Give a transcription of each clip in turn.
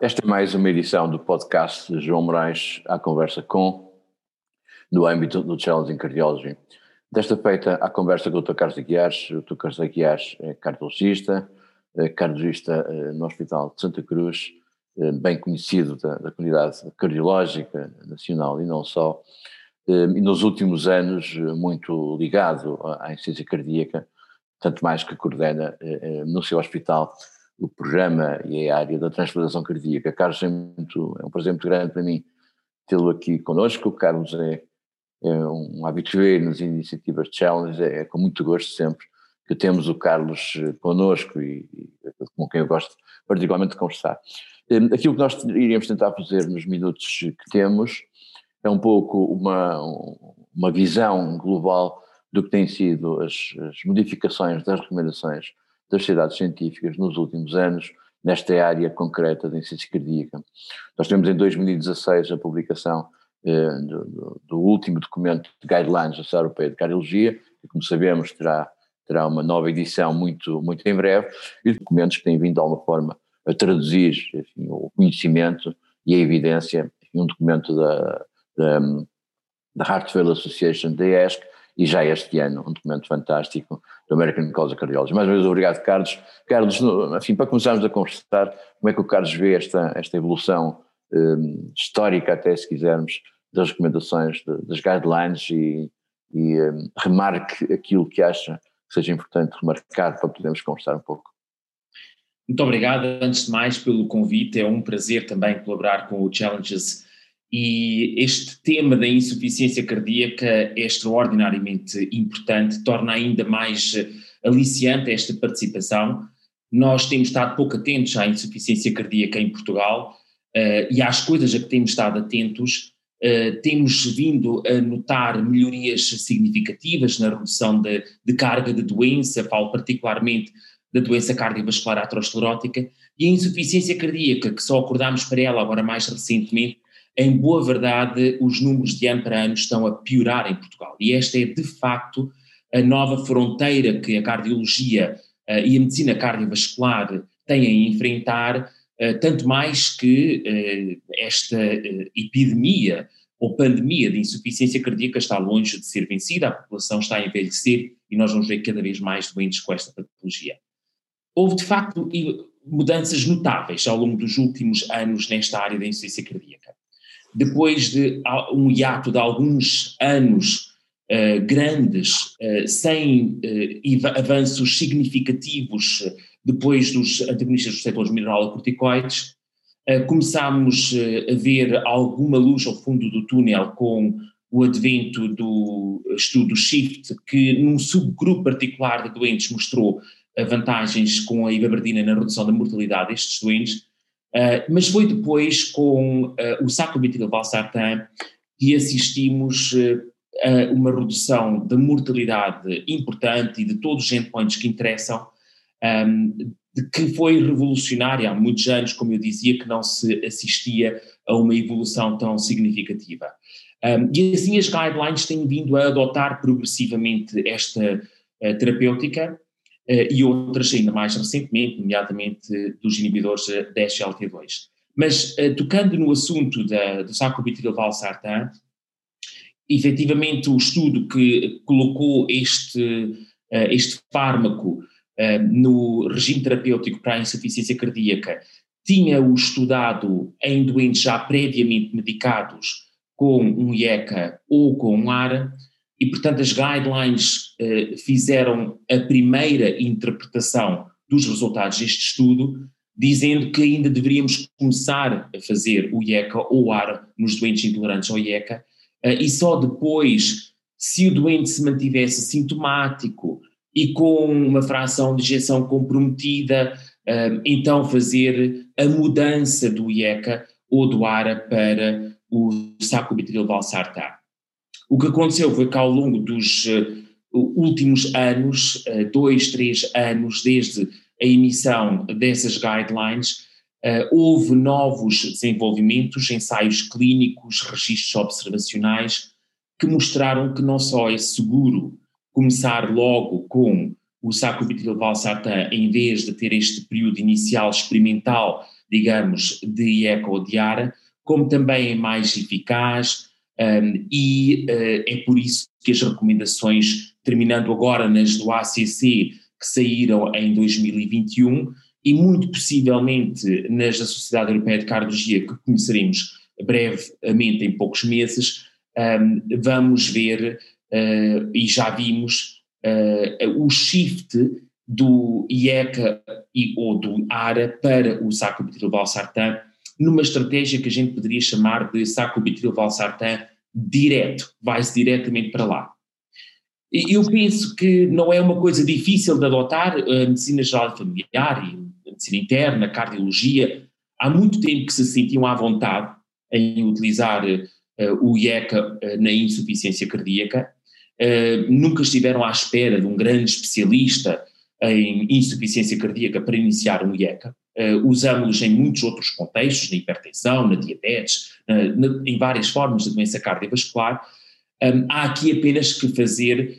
Esta é mais uma edição do podcast de João Moraes à conversa com, no âmbito do Challenging Cardiology. Desta feita, à conversa com o Dr. Carlos Aguiares. O Dr. Carlos Aguiares é cardiologista no Hospital de Santa Cruz, bem conhecido da comunidade cardiológica nacional e não só, e nos últimos anos muito ligado à insuficiência cardíaca, tanto mais que coordena no seu hospital o programa e a área da transplantação cardíaca. Carlos, é um prazer muito grande para mim tê-lo aqui connosco. O Carlos é um habitué nas iniciativas de Challenge, é com muito gosto sempre que temos o Carlos connosco e com quem eu gosto particularmente de conversar. Aquilo que nós iríamos tentar fazer nos minutos que temos é um pouco uma visão global do que têm sido as modificações das recomendações das sociedades científicas nos últimos anos, nesta área concreta da insuficiência cardíaca. Nós temos em 2016 a publicação do último documento de guidelines da Sociedade Europeia de Cardiologia, que, como sabemos, terá uma nova edição muito, muito em breve, e documentos que têm vindo de alguma forma a traduzir, enfim, o conhecimento e a evidência, enfim, um documento da Heart Failure Association, da ESC, e já este ano um documento fantástico do American College of Cardiology. Mais uma vez, obrigado, Carlos. Carlos, enfim, para começarmos a conversar, como é que o Carlos vê esta evolução histórica, até se quisermos, das recomendações das guidelines e remarque aquilo que acha que seja importante remarcar para podermos conversar um pouco. Muito obrigado, antes de mais, pelo convite. É um prazer também colaborar com o Challenges. E este tema da insuficiência cardíaca é extraordinariamente importante, torna ainda mais aliciante esta participação. Nós temos estado pouco atentos à insuficiência cardíaca em Portugal e às coisas a que temos estado atentos. Temos vindo a notar melhorias significativas na redução de carga de doença, falo particularmente da doença cardiovascular aterosclerótica, e a insuficiência cardíaca, que só acordámos para ela agora mais recentemente. Em boa verdade, os números de ano para ano estão a piorar em Portugal, e esta é de facto a nova fronteira que a cardiologia e a medicina cardiovascular têm a enfrentar, tanto mais que esta epidemia ou pandemia de insuficiência cardíaca está longe de ser vencida, a população está a envelhecer e nós vamos ver cada vez mais doentes com esta patologia. Houve de facto mudanças notáveis ao longo dos últimos anos nesta área da insuficiência cardíaca. Depois de um hiato de alguns anos grandes, sem avanços significativos depois dos antagonistas dos receptores mineralocorticoides, começámos a ver alguma luz ao fundo do túnel com o advento do estudo SHIFT, que num subgrupo particular de doentes mostrou vantagens com a ivabradina na redução da mortalidade destes doentes. Mas foi depois com o sacubitril/valsartan que assistimos a uma redução da mortalidade importante e de todos os endpoints que interessam, que foi revolucionária há muitos anos, como eu dizia, que não se assistia a uma evolução tão significativa. E assim as guidelines têm vindo a adotar progressivamente esta terapêutica, e outras ainda mais recentemente, nomeadamente dos inibidores da SGLT2. Mas tocando no assunto do sacubitril/valsartan, efetivamente o estudo que colocou este fármaco no regime terapêutico para a insuficiência cardíaca tinha-o estudado em doentes já previamente medicados com um IECA ou com um ARA, e, portanto, as guidelines fizeram a primeira interpretação dos resultados deste estudo, dizendo que ainda deveríamos começar a fazer o IECA ou ARA nos doentes intolerantes ao IECA, e só depois, se o doente se mantivesse sintomático e com uma fração de ejeção comprometida, então fazer a mudança do IECA ou do ARA para o sacubitril/valsartan. O que aconteceu foi que ao longo dos últimos anos, 2, 3 anos desde a emissão dessas guidelines, houve novos desenvolvimentos, ensaios clínicos, registros observacionais, que mostraram que não só é seguro começar logo com o sacubitril/valsartan em vez de ter este período inicial experimental digamos, de IECA ou de ARA, como também é mais eficaz, é por isso que as recomendações, terminando agora nas do ACC, que saíram em 2021, e muito possivelmente nas da Sociedade Europeia de Cardiologia, que conheceremos brevemente em poucos meses, vamos ver, e já vimos, o shift do IECA ou do ARA para o sacubitril/valsartan, numa estratégia que a gente poderia chamar de sacubitril/valsartan direto, vai-se diretamente para lá. Eu penso que não é uma coisa difícil de adotar. A medicina geral e familiar e a medicina interna, a cardiologia, há muito tempo que se sentiam à vontade em utilizar o IECA na insuficiência cardíaca, nunca estiveram à espera de um grande especialista em insuficiência cardíaca para iniciar um IECA. Usamos em muitos outros contextos, na hipertensão, na diabetes, em várias formas de doença cardiovascular. Há aqui apenas que fazer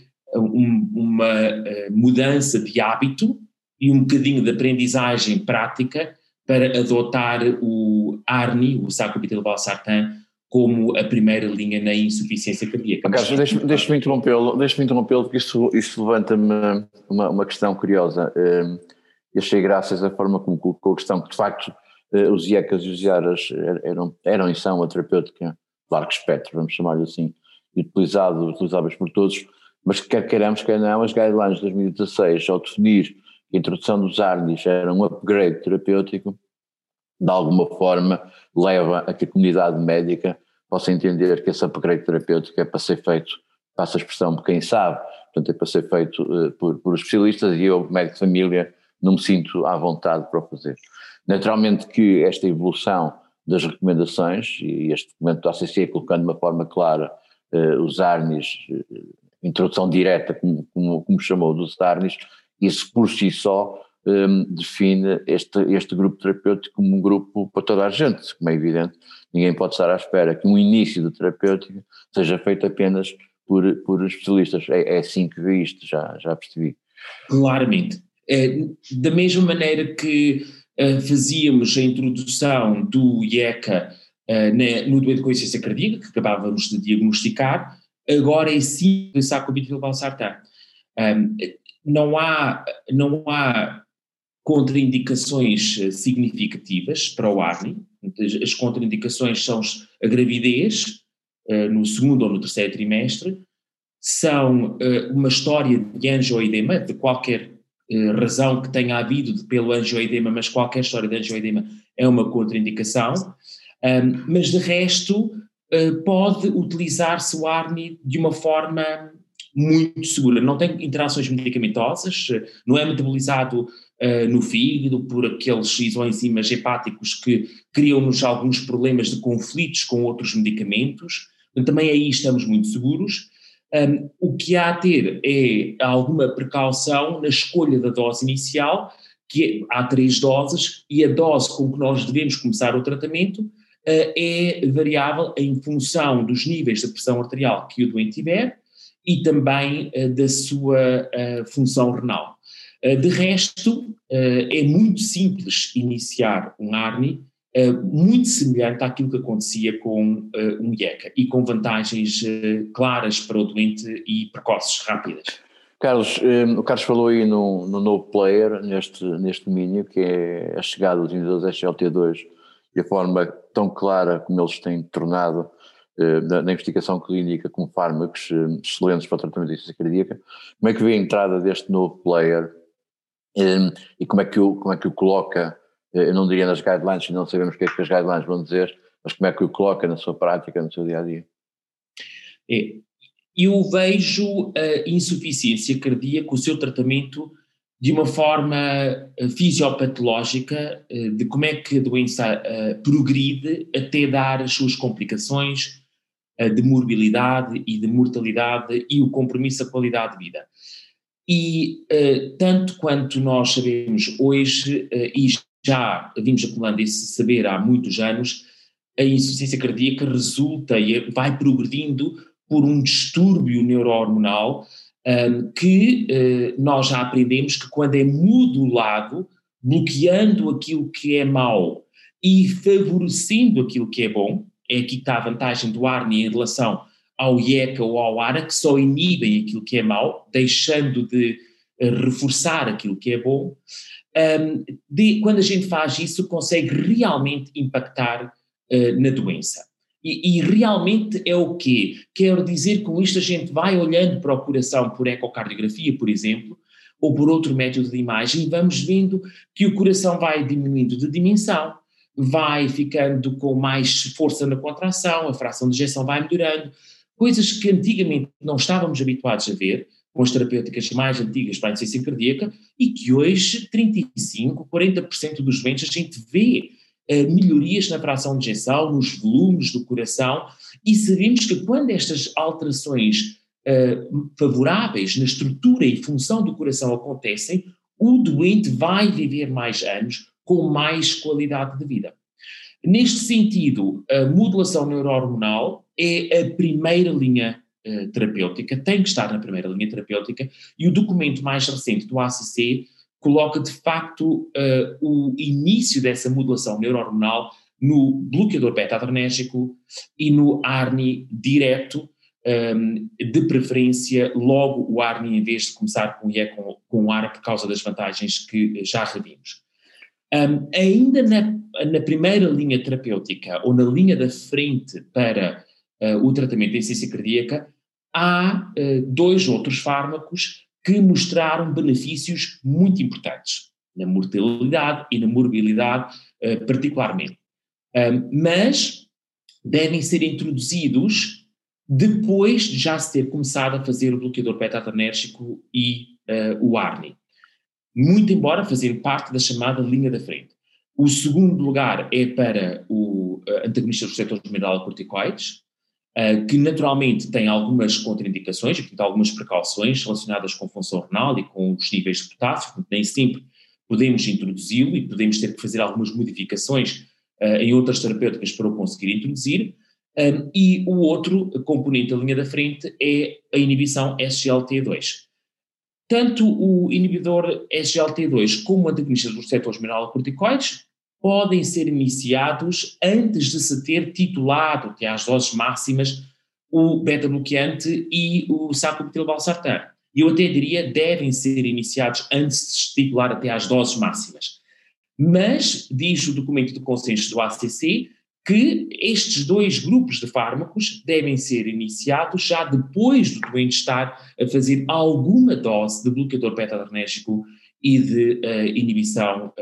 uma mudança de hábito e um bocadinho de aprendizagem prática para adotar o ARNI, o sacubitril/valsartan, como a primeira linha na insuficiência cardíaca. Carlos, deixe-me interrompê-lo, porque isso levanta-me uma questão curiosa. Eu achei graças à forma como colocou a questão que, de facto, os IECAs e os IARAs eram e são a terapêutica de largo espectro, vamos chamar-lhe assim, utilizáveis por todos, mas quer queiramos, quer não, as guidelines de 2016, ao definir que a introdução dos ARNIs era um upgrade terapêutico, de alguma forma leva a que a comunidade médica possa entender que esse upgrade terapêutico é para ser feito, passa a expressão por quem sabe, portanto é para ser feito por especialistas, e eu, médico de família, não me sinto à vontade para o fazer. Naturalmente que esta evolução das recomendações, e este documento do ACC colocando de uma forma clara os ARNIs, introdução direta, como chamou, dos ARNIs, isso por si só define este grupo terapêutico como um grupo para toda a gente, como é evidente. Ninguém pode estar à espera que um início de terapêutica seja feito apenas por especialistas. É assim que vê isto, já percebi. Claramente. Da mesma maneira que fazíamos a introdução do IECA no doente com insuficiência cardíaca, que acabávamos de diagnosticar, agora é sim o sacubitril/valsartan. Não há contraindicações significativas para o ARNI. As contraindicações são a gravidez no segundo ou no terceiro trimestre, são uma história de angioedema, de qualquer razão que tenha havido pelo angioedema, mas qualquer história de angioedema é uma contraindicação, mas de resto pode utilizar-se o ARNI de uma forma muito segura, não tem interações medicamentosas, não é metabolizado no fígado por aqueles isoenzimas hepáticos que criam-nos alguns problemas de conflitos com outros medicamentos, também aí estamos muito seguros. O que há a ter é alguma precaução na escolha da dose inicial, que há 3 doses, e a dose com que nós devemos começar o tratamento é variável em função dos níveis de pressão arterial que o doente tiver e também da sua função renal. De resto, é muito simples iniciar um ARNI, muito semelhante àquilo que acontecia com um IECA e com vantagens claras para o doente e precoces, rápidas. Carlos, o Carlos falou aí no novo player neste domínio, que é a chegada dos inibidores SGLT2 e a forma tão clara como eles têm tornado na investigação clínica como fármacos excelentes para o tratamento da insuficiência cardíaca. Como é que vê a entrada deste novo player e como é que o coloca, eu não diria nas guidelines, não sabemos o que é que as guidelines vão dizer, mas como é que o coloca na sua prática, no seu dia-a-dia? Eu vejo a insuficiência cardíaca, o seu tratamento, de uma forma fisiopatológica, de como é que a doença progride até dar as suas complicações de morbilidade e de mortalidade e o compromisso à qualidade de vida. E tanto quanto nós sabemos hoje, e já vimos acumulando esse saber há muitos anos, a insuficiência cardíaca resulta e vai progredindo por um distúrbio neurohormonal que nós já aprendemos que quando é modulado, bloqueando aquilo que é mau e favorecendo aquilo que é bom. É aqui que está a vantagem do ARNI em relação ao IECA ou ao ARA, que só inibem aquilo que é mau, deixando de reforçar aquilo que é bom. Quando a gente faz isso, consegue realmente impactar na doença. E realmente é o quê? Quero dizer que com isto a gente vai olhando para o coração por ecocardiografia, por exemplo, ou por outro método de imagem, e vamos vendo que o coração vai diminuindo de dimensão, vai ficando com mais força na contração, a fração de ejeção vai melhorando, coisas que antigamente não estávamos habituados a ver, com as terapêuticas mais antigas para a insuficiência cardíaca, e que hoje 35%, 40% dos doentes a gente vê melhorias na fração de ejeção, nos volumes do coração, e sabemos que quando estas alterações favoráveis na estrutura e função do coração acontecem, o doente vai viver mais anos com mais qualidade de vida. Neste sentido, a modulação neurohormonal é a primeira linha terapêutica, tem que estar na primeira linha terapêutica, e o documento mais recente do ACC coloca de facto o início dessa modulação neurohormonal no bloqueador beta-adrenérgico e no ARNI direto, de preferência logo o ARNI em vez de começar com o IE com o ARA por causa das vantagens que já revimos. Ainda na primeira linha terapêutica ou na linha da frente para o tratamento da insuficiência cardíaca, há dois outros fármacos que mostraram benefícios muito importantes, na mortalidade e na morbilidade particularmente. Mas devem ser introduzidos depois de já se ter começado a fazer o bloqueador beta-adrenérgico e o ARNI, muito embora fazendo parte da chamada linha da frente. O segundo lugar é para o antagonista dos receptores mineralocorticoides, que naturalmente tem algumas contraindicações, e portanto algumas precauções relacionadas com a função renal e com os níveis de potássio, portanto nem sempre podemos introduzi-lo e podemos ter que fazer algumas modificações em outras terapêuticas para o conseguir introduzir, e o outro componente da linha da frente é a inibição SGLT2. Tanto o inibidor SGLT2 como o antagonista dos receptores mineralocorticoides podem ser iniciados antes de se ter titulado até às doses máximas o beta-bloqueante e o sacubitril/valsartan. E eu até diria devem ser iniciados antes de se titular até às doses máximas. Mas diz o documento de consenso do ACC que estes dois grupos de fármacos devem ser iniciados já depois do doente estar a fazer alguma dose de bloqueador beta-adrenérgico e de inibição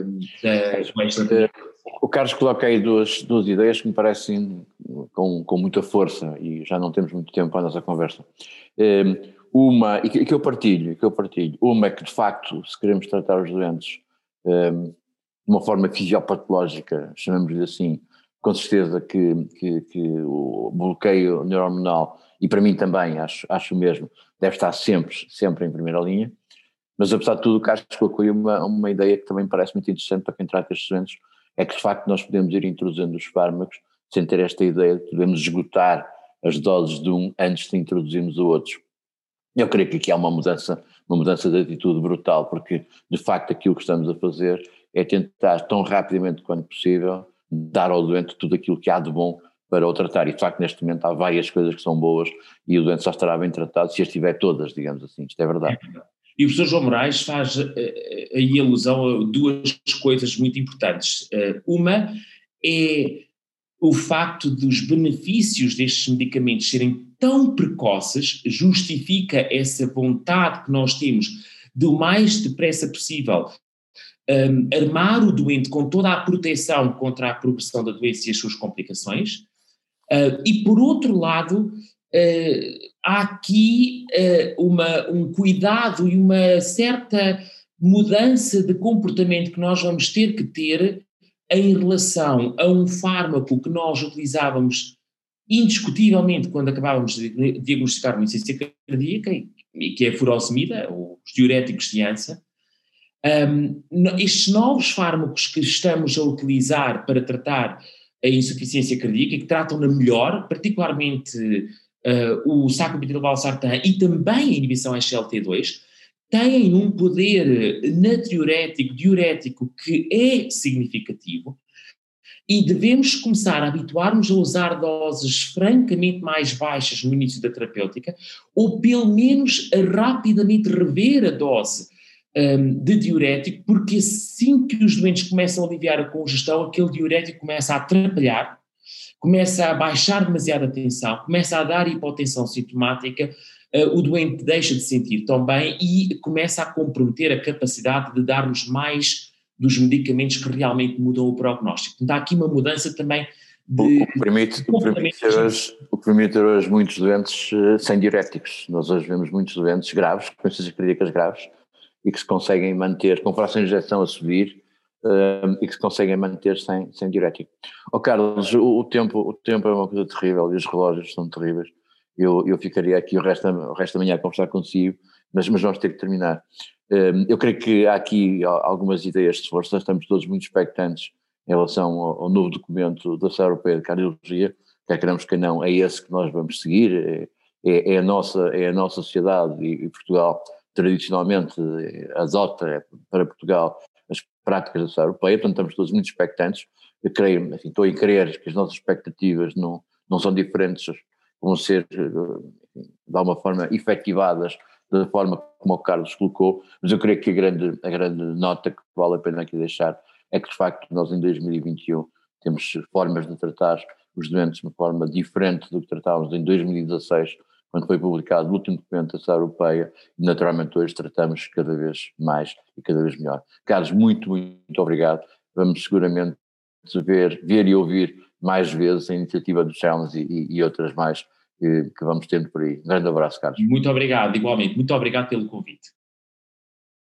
da... O Carlos coloca aí duas ideias que me parecem com muita força, e já não temos muito tempo para a nossa conversa. Uma, e que eu partilho, uma é que de facto, se queremos tratar os doentes de uma forma fisiopatológica, chamamos-lhe assim, com certeza que o bloqueio neurohormonal, e para mim também acho mesmo, deve estar sempre em primeira linha. Mas apesar de tudo, o Carlos colocou aí uma ideia que também parece muito interessante para quem trata estes doentes, é que de facto nós podemos ir introduzindo os fármacos sem ter esta ideia de que podemos esgotar as doses de um antes de introduzirmos o outro. Eu creio que aqui há uma mudança de atitude brutal, porque de facto aquilo que estamos a fazer é tentar tão rapidamente quanto possível dar ao doente tudo aquilo que há de bom para o tratar, e de facto neste momento há várias coisas que são boas e o doente só estará bem tratado se as tiver todas, digamos assim, isto é verdade. E o professor João Moraes faz aí alusão a duas coisas muito importantes. Uma é o facto dos benefícios destes medicamentos serem tão precoces, justifica essa vontade que nós temos de o mais depressa possível armar o doente com toda a proteção contra a progressão da doença e as suas complicações, e por outro lado há aqui um cuidado e uma certa mudança de comportamento que nós vamos ter que ter em relação a um fármaco que nós utilizávamos indiscutivelmente quando acabávamos de diagnosticar uma insuficiência cardíaca, e que é a furosemida, os diuréticos de ANSA. Estes novos fármacos que estamos a utilizar para tratar a insuficiência cardíaca e que tratam-na melhor, particularmente o sacubitril/valsartan e também a inibição SGLT2, têm um poder natriurético, diurético que é significativo, e devemos começar a habituar-nos a usar doses francamente mais baixas no início da terapêutica, ou pelo menos a rapidamente rever a dose de diurético, porque assim que os doentes começam a aliviar a congestão, aquele diurético começa a atrapalhar, começa a baixar demasiado a tensão, começa a dar hipotensão sintomática, o doente deixa de sentir tão bem e começa a comprometer a capacidade de darmos mais dos medicamentos que realmente mudam o prognóstico. Então há aqui uma mudança também de... O que permite ter hoje muitos doentes sem diuréticos. Nós hoje vemos muitos doentes graves, com insuficiências cardíacas graves, e que se conseguem manter, com fração de injeção a subir, e que se conseguem manter sem diurético. Carlos, o tempo é uma coisa terrível e os relógios são terríveis. Eu ficaria aqui o resto da manhã a conversar consigo, mas vamos ter que terminar. Eu creio que há aqui algumas ideias de força, estamos todos muito expectantes em relação ao novo documento da Sociedade Europeia de Cardiologia, quer queremos que não, é esse que nós vamos seguir, é a nossa sociedade e Portugal tradicionalmente adota para Portugal as práticas da Sociedade Europeia, portanto estamos todos muito expectantes. Eu creio, enfim, estou a crer que as nossas expectativas não são diferentes, vão ser, enfim, de alguma forma, efetivadas da forma como o Carlos colocou, mas eu creio que a grande nota que vale a pena aqui deixar é que, de facto, nós em 2021 temos formas de tratar os doentes de uma forma diferente do que tratávamos em 2016, quando foi publicado o último documento da Sociedade Europeia, e naturalmente hoje tratamos cada vez mais e cada vez melhor. Carlos, muito, muito obrigado. Vamos seguramente ver e ouvir mais vezes a iniciativa do Challenge e outras mais que vamos tendo por aí. Um grande abraço, Carlos. Muito obrigado, igualmente. Muito obrigado pelo convite.